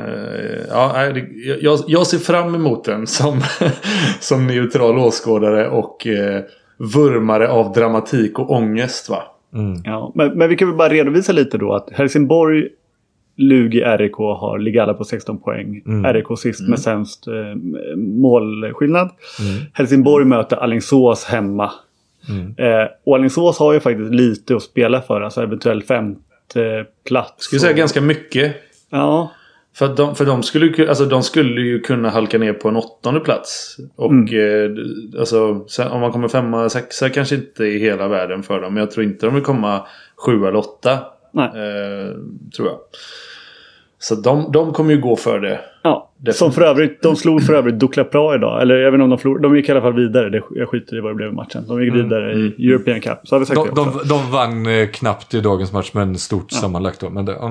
jag ser fram emot den som neutral åskådare och vurmare av dramatik och ångest, va? Ja, men vi kan väl bara redovisa lite då att Helsingborg, Lugi, RIK ligger alla på 16 poäng. RIK sist med sämst målskillnad. Helsingborg möter Alingsås hemma. Och Alingsås har ju faktiskt lite att spela för, alltså eventuellt 5:e plats. Skulle säga ganska mycket. Ja. För de skulle ju kunna halka ner på en 8:e plats. Och alltså, om man kommer 5:a, 6:a kanske inte i hela världen för dem. Men jag tror inte de vill komma 7 eller 8. Nej. Tror jag. Så de kommer ju gå för det. Ja, som för övrigt, de slog för övrigt Dukla Praha idag. Eller även om de förlorade, de gick i alla fall vidare. Jag skiter i vad det blev i matchen. De gick vidare i European Cup. Så har vi sagt de vann knappt i dagens match, men stort sammanlagt då. Men det,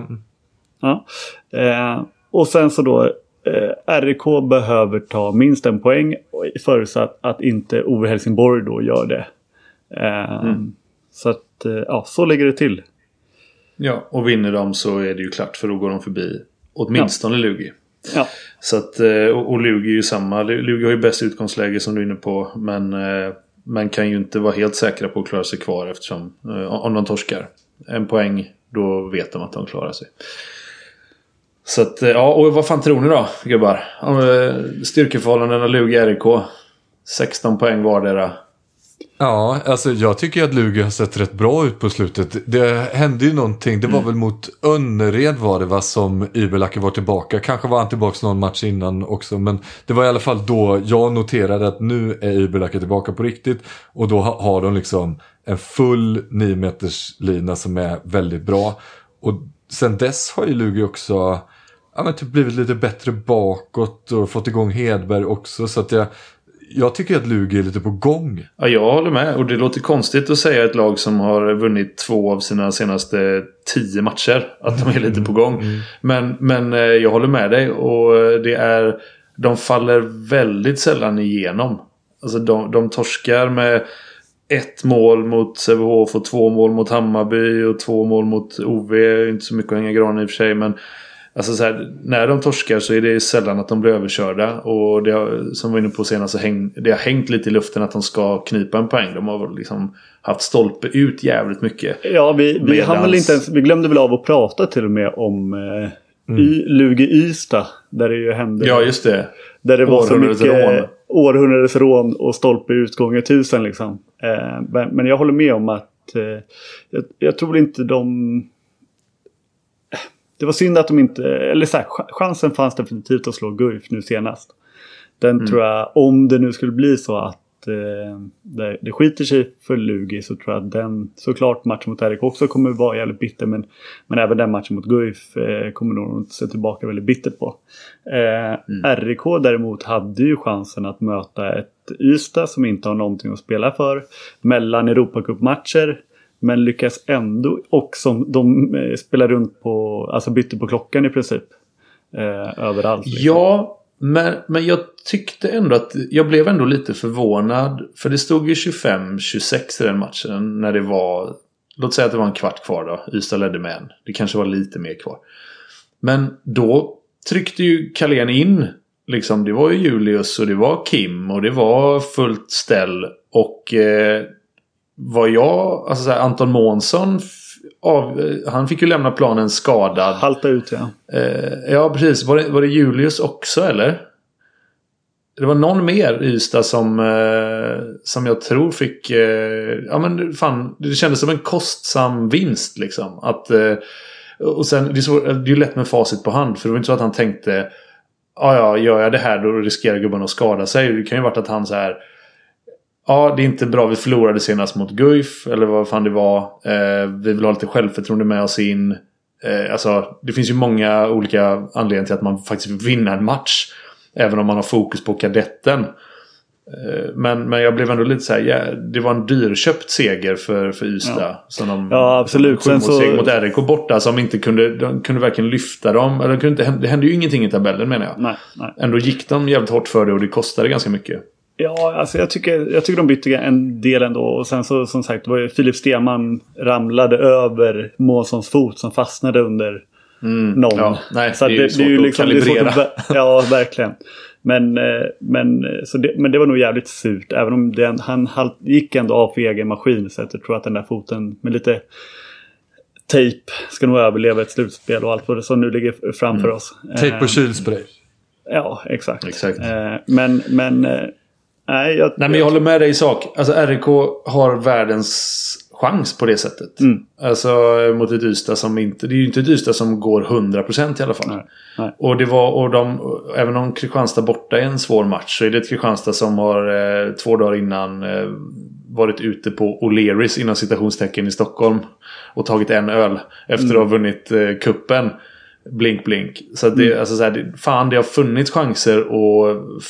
och sen så då RIK behöver ta minst en poäng förutsatt att inte Ove Helsingborg då gör det. Så att så ligger det till. Ja, och vinner de så är det ju klart, för då går de förbi åtminstone Lugi. Ja. Så att, och Lugi är ju samma. Lugi har ju bäst utgångsläge som du är inne på, men man kan ju inte vara helt säkra på att klara sig kvar eftersom om de torskar en poäng, då vet de att de klarar sig. Så att, och vad fan tror ni då, gubbar? Styrkeförhållandena Lugi RIK 16 poäng vardera. Ja, alltså jag tycker att Lugi har sett rätt bra ut på slutet. Det hände ju någonting. Det var väl mot Önnered var det, va, som Ybelacke var tillbaka. Kanske var han tillbaka någon match innan också. Men det var i alla fall då jag noterade att nu är Ybelacke tillbaka på riktigt. Och då har de liksom en full 9 meters lina som är väldigt bra. Och sen dess har ju Lugi också typ blivit lite bättre bakåt och fått igång Hedberg också. Så att jag tycker att Lugi är lite på gång. Ja, jag håller med. Och det låter konstigt att säga ett lag som har vunnit 2 av sina senaste 10 matcher att de är lite på gång. Men jag håller med dig. Och de faller väldigt sällan igenom. Alltså de torskar med 1 mål mot Sävehof och 2 mål mot Hammarby och 2 mål mot OV. Inte så mycket att hänga gran i och för sig, men alltså så här, när de torskar så är det sällan att de blir överkörda. Och det har, som vi var inne på senast, det har hängt lite i luften att de ska knipa en poäng. De har liksom haft stolpe ut jävligt mycket. Ja, vi hann väl inte ens, vi glömde väl av att prata till och med om Lugi Ystad, där det ju hände. Ja, just det. Där det var så mycket århundradets rån och stolpe ut gånger 1000 liksom. Men jag håller med om att jag tror inte det var synd att de inte... Eller så här, chansen fanns definitivt att slå Guif nu senast. Den tror jag, om det nu skulle bli så att det skiter sig för Lugi, så tror jag att den, såklart matchen mot RIK också kommer vara jävligt bitter. Men även den matchen mot Guif kommer nog se tillbaka väldigt bittert på. RIK däremot hade ju chansen att möta ett Ystad som inte har någonting att spela för mellan Europacup-matcher. Men lyckas ändå, och som de spelar runt på, alltså bytte på klockan i princip överallt. Liksom. Ja, men jag tyckte ändå att jag blev ändå lite förvånad. För det stod ju 25-26 i den matchen när det var, låt säga att det var en kvart kvar då. Ystad ledde med en. Det kanske var lite mer kvar. Men då tryckte ju Carlén in. Liksom, det var ju Julius och det var Kim och det var fullt ställ. Och alltså så här, Anton Månsson han fick ju lämna planen skadad. Halta ut, ja. Ja, precis. Var det Julius också, eller? Det var någon mer i Ystad som jag tror fick... ja, men fan, det kändes som en kostsam vinst, liksom. Och sen, det är ju lätt med facit på hand. För det var inte så att han tänkte... Ja, gör jag det här då riskerar gubben att skada sig. Det kan ju varit att han så här... Ja, det är inte bra. Vi förlorade senast mot Guif. Eller vad fan det var. Vi vill ha lite självförtroende med oss in. Alltså, det finns ju många olika anledningar till att man faktiskt vill vinna en match. Även om man har fokus på kadetten. Men jag blev ändå lite så här, det var en dyrköpt seger för Ystad. Ja, absolut. Sen så mot RIK borta som inte kunde verkligen lyfta dem. Eller det hände ju ingenting i tabellen, menar jag. Nej. Ändå gick de jävligt hårt för det och det kostade ganska mycket. Ja, alltså jag tycker de bytte en del ändå. Och sen så, som sagt, det var ju Filip Stenman ramlade över Månssons fot som fastnade under någon. Ja, nej, så det är ju svårt att liksom, kalibrera. Ja, verkligen. Men det var nog jävligt surt. Även om han gick ändå av för egen maskin. Så jag tror att den där foten med lite tejp ska nog överleva ett slutspel och allt vad det som nu ligger framför oss. Tejp och kylspray. Ja, exakt. Nej, men jag håller med dig i sak. Alltså RIK har världens chans på det sättet. Alltså mot ett Ystad som inte... Det är ju inte ett Ystad som går 100% i alla fall. Nej. Och även om Kristianstad borta är en svår match, så är det ett Kristianstad som har 2 dagar innan varit ute på O'Learys inom citationstecken i Stockholm och tagit en öl efter att ha vunnit kuppen. Blink blink. Så det, alltså så här, fan, det har funnits chanser att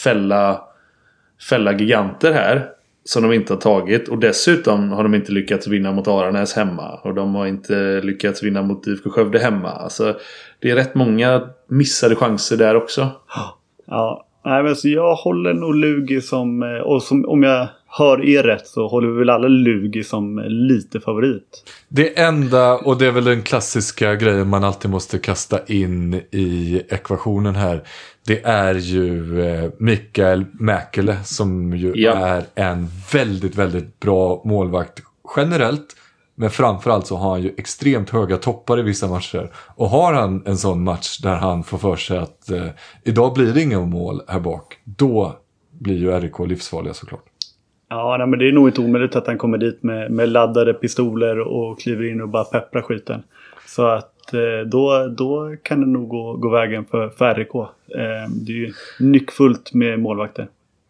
fälla giganter här som de inte har tagit. Och dessutom har de inte lyckats vinna mot Aranäs hemma. Och de har inte lyckats vinna mot IFK Skövde hemma. Alltså, det är rätt många missade chanser där också. Ja, nej, men så jag håller nog Lugi som... Och om jag hör er rätt så håller vi väl alla Lugi som lite favorit. Det enda, och det är väl den klassiska grejen man alltid måste kasta in i ekvationen här. Det är ju Mikael Mäkelä som ju är en väldigt, väldigt bra målvakt generellt. Men framförallt så har han ju extremt höga toppar i vissa matcher. Och har han en sån match där han får för sig att idag blir det inga mål här bak, då blir ju RIK livsfarliga såklart. Ja, nej, men det är nog inte omöjligt att han kommer dit med laddade pistoler och kliver in och bara pepprar skiten. Så att då kan det nog gå vägen för RIK. Det är ju nyckfullt med målvakter.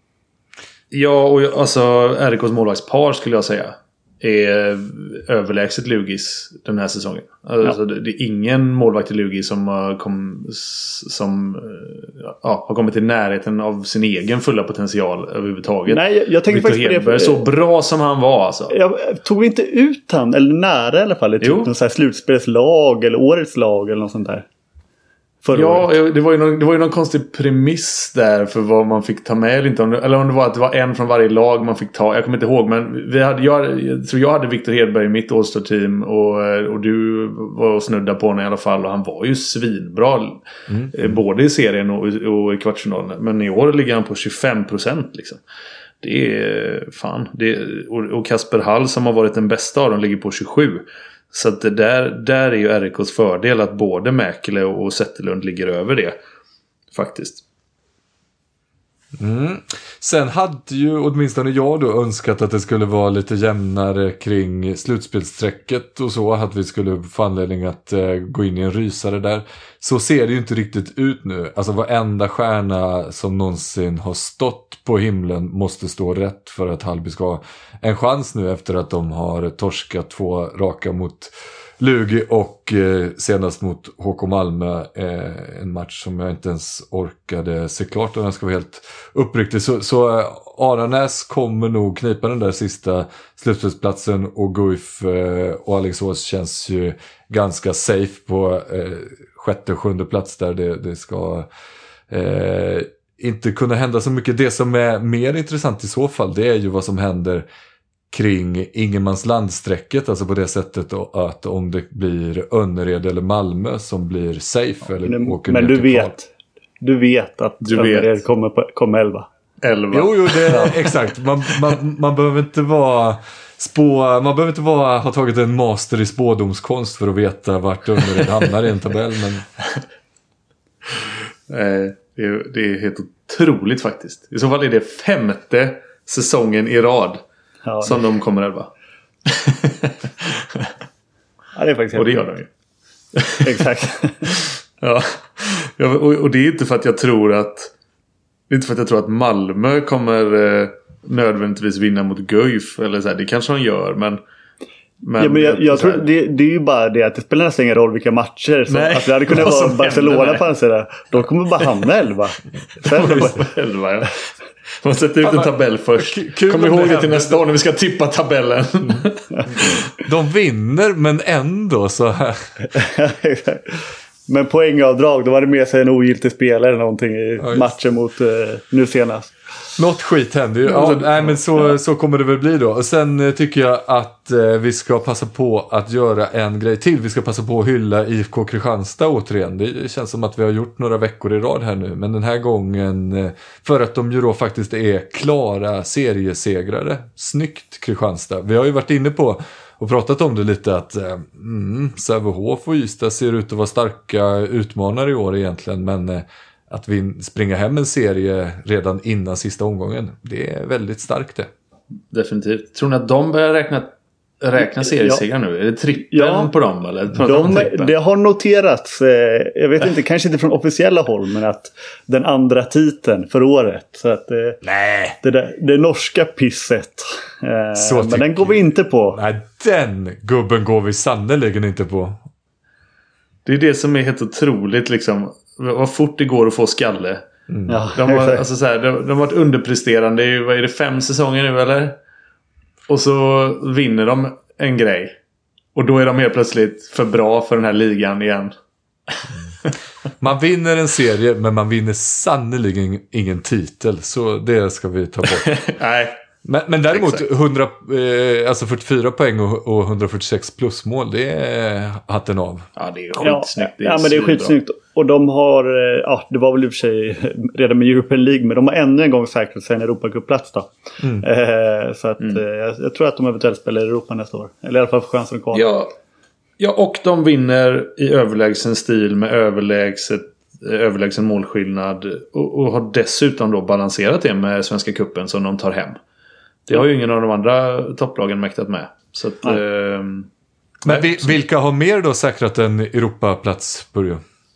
Ja, och alltså RIKs målvaktspar skulle jag säga är överlägset Lugis den här säsongen. Alltså, det är ingen målvakt i Lugis som har kommit i närheten av sin egen fulla potential överhuvudtaget. Nej, jag tänkte Victor faktiskt Hedberg, så bra som han var alltså. Jag tog inte ut han, eller nära i alla fall, typ någon så här slutspelslag eller årets lag eller något sånt där. Ja, det var ju någon konstig premiss där för vad man fick ta med eller inte. Eller om det var att det var en från varje lag man fick ta. Jag kommer inte ihåg, men jag tror jag hade Victor Hedberg i mitt All-Star-team och du var snudda på honom i alla fall. Och han var ju svinbra både i serien och i kvartsfinalen. Men i år ligger han på 25% liksom. Det är fan. Och Kasper Hall som har varit den bästa av dem ligger på 27%. Så att där är ju RIKs fördel att både Mäkelä och Zetterlund ligger över det. Faktiskt. Sen hade ju åtminstone jag då önskat att det skulle vara lite jämnare kring slutspelssträcket och så, att vi skulle få anledning att gå in i en rysare där. Så ser det ju inte riktigt ut nu. Alltså varenda stjärna som någonsin har stått på himlen måste stå rätt för att Hallby ska ha en chans nu efter att de har torskat 2 raka mot Lugi och senast mot HK Malmö, en match som jag inte ens orkade se klart om jag ska vara helt uppriktig. Så Aranäs kommer nog knipa den där sista slutspelsplatsen och Guif och Alingsås känns ju ganska safe på 6:e och 7:e plats där. Det ska inte kunna hända så mycket. Det som är mer intressant i så fall, det är ju vad som händer kring ingenmanslandsträcket, alltså på det sättet att om det blir Önnered eller Malmö som blir safe eller åker men ner till du vet att Önnered kommer 11. Jo, det är exakt. Man behöver inte vara Man behöver inte ha tagit en master i spådomskonst för att veta vart Önnered hamnar i en tabell. Men... det är helt otroligt faktiskt. I så fall är det 5:e säsongen i rad som de kommer 11. Ja, det är faktiskt och det gör de ju. Exakt. Ja. Och det är inte för att jag tror att Malmö kommer nödvändigtvis vinna mot Guif eller så här. Det kanske de gör, men jag tror det är ju bara det att det spelar nästan ingen roll vilka matcher. Alltså det hade kunnat vara Barcelona på hans sida. De kommer bara hamna 11. 11, ja. Man sätter ut en tabell först. Kom ihåg det till nästa år när vi ska tippa tabellen. De vinner, men ändå så här. Men poängavdrag, då var det med sig en ogiltig spelare eller någonting i matchen mot nu senast. Något skit händer ju. Men så kommer det väl bli då. Och sen tycker jag att vi ska passa på att göra en grej till. Vi ska passa på att hylla IFK Kristianstad återigen. Det känns som att vi har gjort några veckor i rad här nu. Men den här gången, för att de ju då faktiskt är klara seriesegrare. Snyggt Kristianstad. Vi har ju varit inne på och pratat om det lite att Sävehof och Ystad ser ut att vara starka utmanare i år egentligen. Men att vi springer hem en serie redan innan sista omgången, det är väldigt starkt det. Definitivt. Tror ni att de börjar räkna seriesegrar nu? Är det trippen på dem? Eller? Det har noterats, jag vet inte, kanske inte från officiella håll, men att den andra titeln för året. Så att det norska pisset. Men den går vi inte på. Nej, den gubben går vi sannoliken inte på. Det är det som är helt otroligt liksom. Vad fort det går att få skalle. Ja, de har varit underpresterande i, vad är det, 5 säsonger nu eller? Och så vinner de en grej. Och då är de helt plötsligt för bra för den här ligan igen. Man vinner en serie, men man vinner sannoliken ingen titel. Så det ska vi ta bort. Nej. Men däremot 44 poäng och 146 plusmål, det är hatten av. Ja, det är skitsnyggt. Men det är skitsnyggt. Och de har, det var väl i och för sig redan med European League, men de har ännu en gång säkrat sig en Europacup-plats då. Så att jag tror att de eventuellt spelar i Europa nästa år. Eller i alla fall får chansen att kvala. Ja, och de vinner i överlägsen stil med överlägsen målskillnad. Och har dessutom då balanserat det med Svenska cupen som de tar hem. Det har ju ingen av de andra topplagen mäktat med. Så att, men vilka har mer då säkrat en Europaplats, Börje?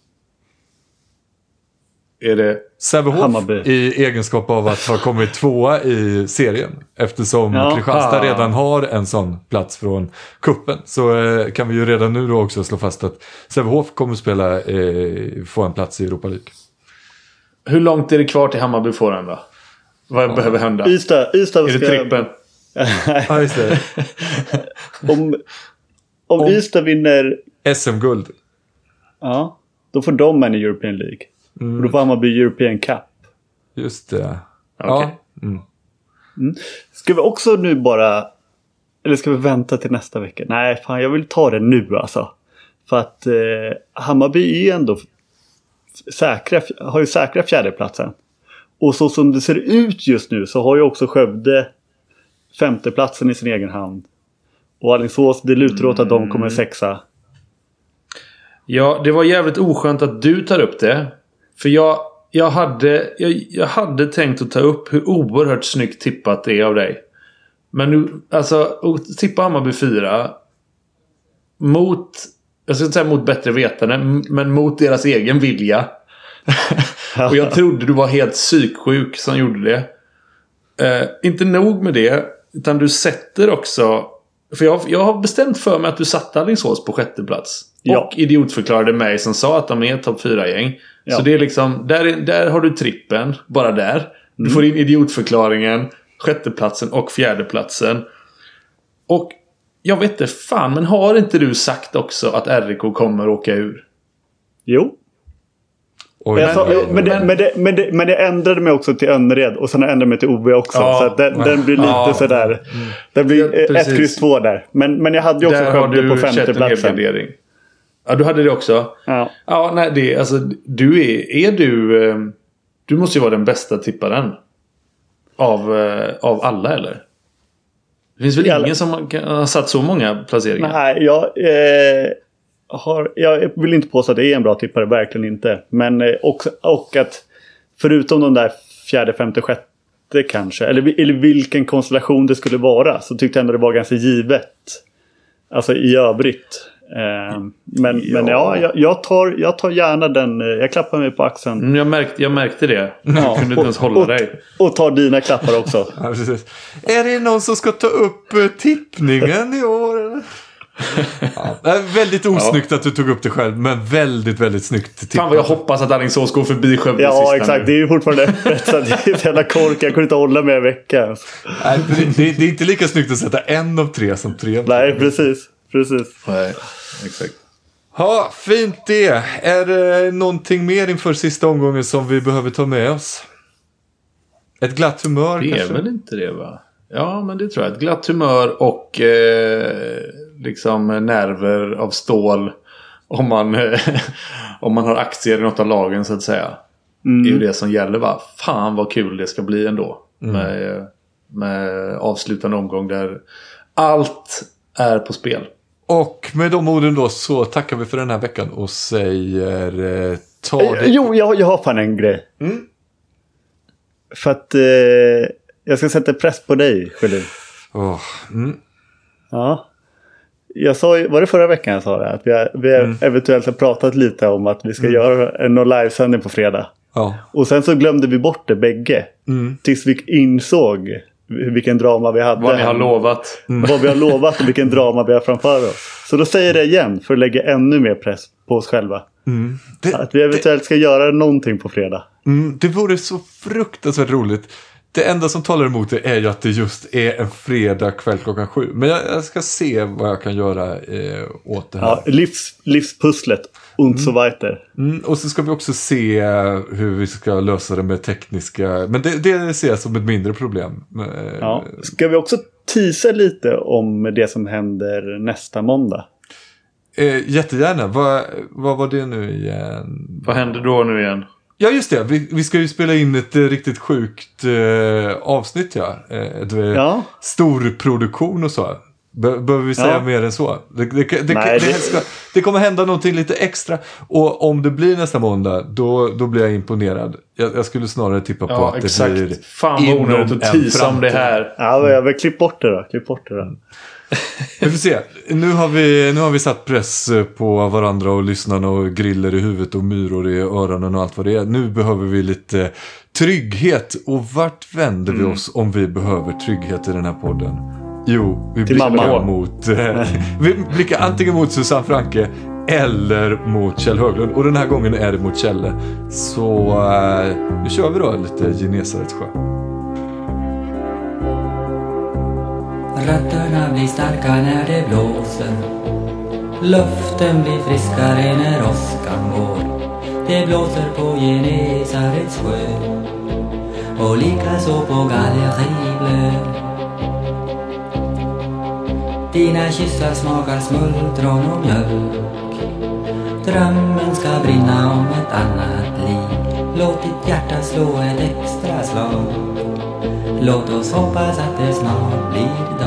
Är det Sävehof i egenskap av att ha kommit 2:a i serien. Eftersom Kristianstad redan har en sån plats från kuppen. Så kan vi ju redan nu då också slå fast att Sävehof kommer att få en plats i Europa League. Hur långt är det kvar till Hammarby får den då? Vad behöver hända? Ystad är det trippen? Ja, just det. Om Ystad vinner SM-guld. Ja, då får de en i European League. Och då får Hammarby European Cup. Just det. Okay. Ska vi också nu bara, eller ska vi vänta till nästa vecka? Nej, fan, jag vill ta det nu alltså. För att Hammarby är ändå har ju säkra fjärdeplatsen. Och så som det ser ut just nu så har ju också Skövde 5:e platsen i sin egen hand. Och Alingsås, det lutar åt att de kommer 6:a. Ja, det var jävligt oskönt att du tar upp det. För jag hade tänkt att ta upp hur oerhört snyggt tippat det är av dig. Men nu, alltså, att tippa Hammarby 4 mot, jag ska inte säga mot bättre vetande, men mot deras egen vilja. Och jag trodde du var helt psyksjuk som gjorde det. Inte nog med det, utan du sätter också, för jag har bestämt för mig att du satte Alingsås på 6:e plats. Ja. Och idiotförklarade mig som sa att de är topp 4-gäng. Ja. Så det är liksom, där har du trippen, bara där. Du får in idiotförklaringen, 6:e platsen och 4:e platsen. Och jag vet inte fan, men har inte du sagt också att RIK kommer åka ur? Jo. Men det ändrade mig också till Önnered. Och sen ändrade mig till OB också. Så att den blir lite sådär. Den blir 1-2 där. Men jag hade ju också Skövde på 5:e platsen. Ja, du hade det också. Ja, nej, det, alltså, du måste ju vara den bästa tipparen av alla, eller? Det finns väl ingen som har satt så många placeringar? Nej, jag vill inte påstå att det är en bra tippare, verkligen inte. Men och att förutom de där 4:e, 5:e, 6:e kanske, eller vilken konstellation det skulle vara, så tyckte jag ändå det var ganska givet. Alltså i övrigt. Men jag tar gärna den. Jag klappar mig på axeln. Jag märkte det. Jag kunde inte ens hålla dig. Och tar dina klappar också. Ja, precis. Är det någon som ska ta upp tippningen i år? Ja, väldigt osnyggt att du tog upp det själv, men väldigt, väldigt snyggt tippat. Fan vad jag hoppas att Alingsås går förbi Skövde. Ja, exakt. Nu. Det är ju fortfarande öppet, så det är ett jävla kork. Jag kunde inte hålla med en vecka. Nej, det är inte lika snyggt att sätta 1 av 3 som 3. Nej, precis. Nej, exakt. Ja, fint det. Är det någonting mer inför sista omgången som vi behöver ta med oss? Ett glatt humör det kanske? Det är väl inte det, va? Ja, men det tror jag. Ett glatt humör och liksom nerver av stål om man har aktier i något av lagen, så att säga. Det är ju det som gäller, va? Fan vad kul det ska bli ändå. Med avslutande omgång där allt är på spel. Och med de orden då så tackar vi för den här veckan och säger Jo, jag har fan en grej. För att jag ska sätta press på dig, Sjölin. Ja. Jag sa, var det förra veckan jag sa det? Att vi eventuellt har pratat lite om att vi ska göra en livesändning på fredag. Ja. Och sen så glömde vi bort det bägge. Tills vi insåg vilken drama vi hade. Vad ni har lovat. Vad vi har lovat och vilken drama vi har framför oss. Så då säger jag det igen för att lägga ännu mer press på oss själva. Att vi eventuellt ska göra någonting på fredag. Det vore så fruktansvärt roligt. Det enda som talar emot det är ju att det just är en fredag kväll 7:00. Men jag ska se vad jag kan göra åt det här. Ja, livspusslet. Und so weiter. Och så ska vi också se hur vi ska lösa det med tekniska. Men det ser jag som ett mindre problem. Ja. Ska vi också teasa lite om det som händer nästa måndag? Jättegärna. Vad var det nu igen? Vad händer då nu igen? Ja, just det. Vi ska ju spela in ett riktigt sjukt avsnitt, ja. Stor produktion och så. Behöver vi säga mer än så? Det kommer hända någonting lite extra. Och om det blir nästa måndag, då blir jag imponerad. Jag skulle snarare tippa på att det blir fan vad onödigt att tisa om det här. Ja, jag vill klipp bort det då. Vi får se. Nu har vi satt press på varandra och lyssnarna och griller i huvudet och myror i öronen och allt vad det är. Nu behöver vi lite trygghet. Och vart vänder vi oss om vi behöver trygghet i den här podden? Jo, vi blickar antingen mot Susanne Franke eller mot Kjell Höglund. Och den här gången är det mot Kjelle. Så nu kör vi då lite Genesarets sjö. Rötterna blir starka när det blåser. Luften blir friskare när åskan går. Det blåser på Genesarets sjö och likaså på Galleriblet. Dina kyssar smakar smultron och mjölk. Drömmen ska brinna om ett annat liv. Låt ditt hjärta slå ett extra slag. Låt oss hoppas att det snart blir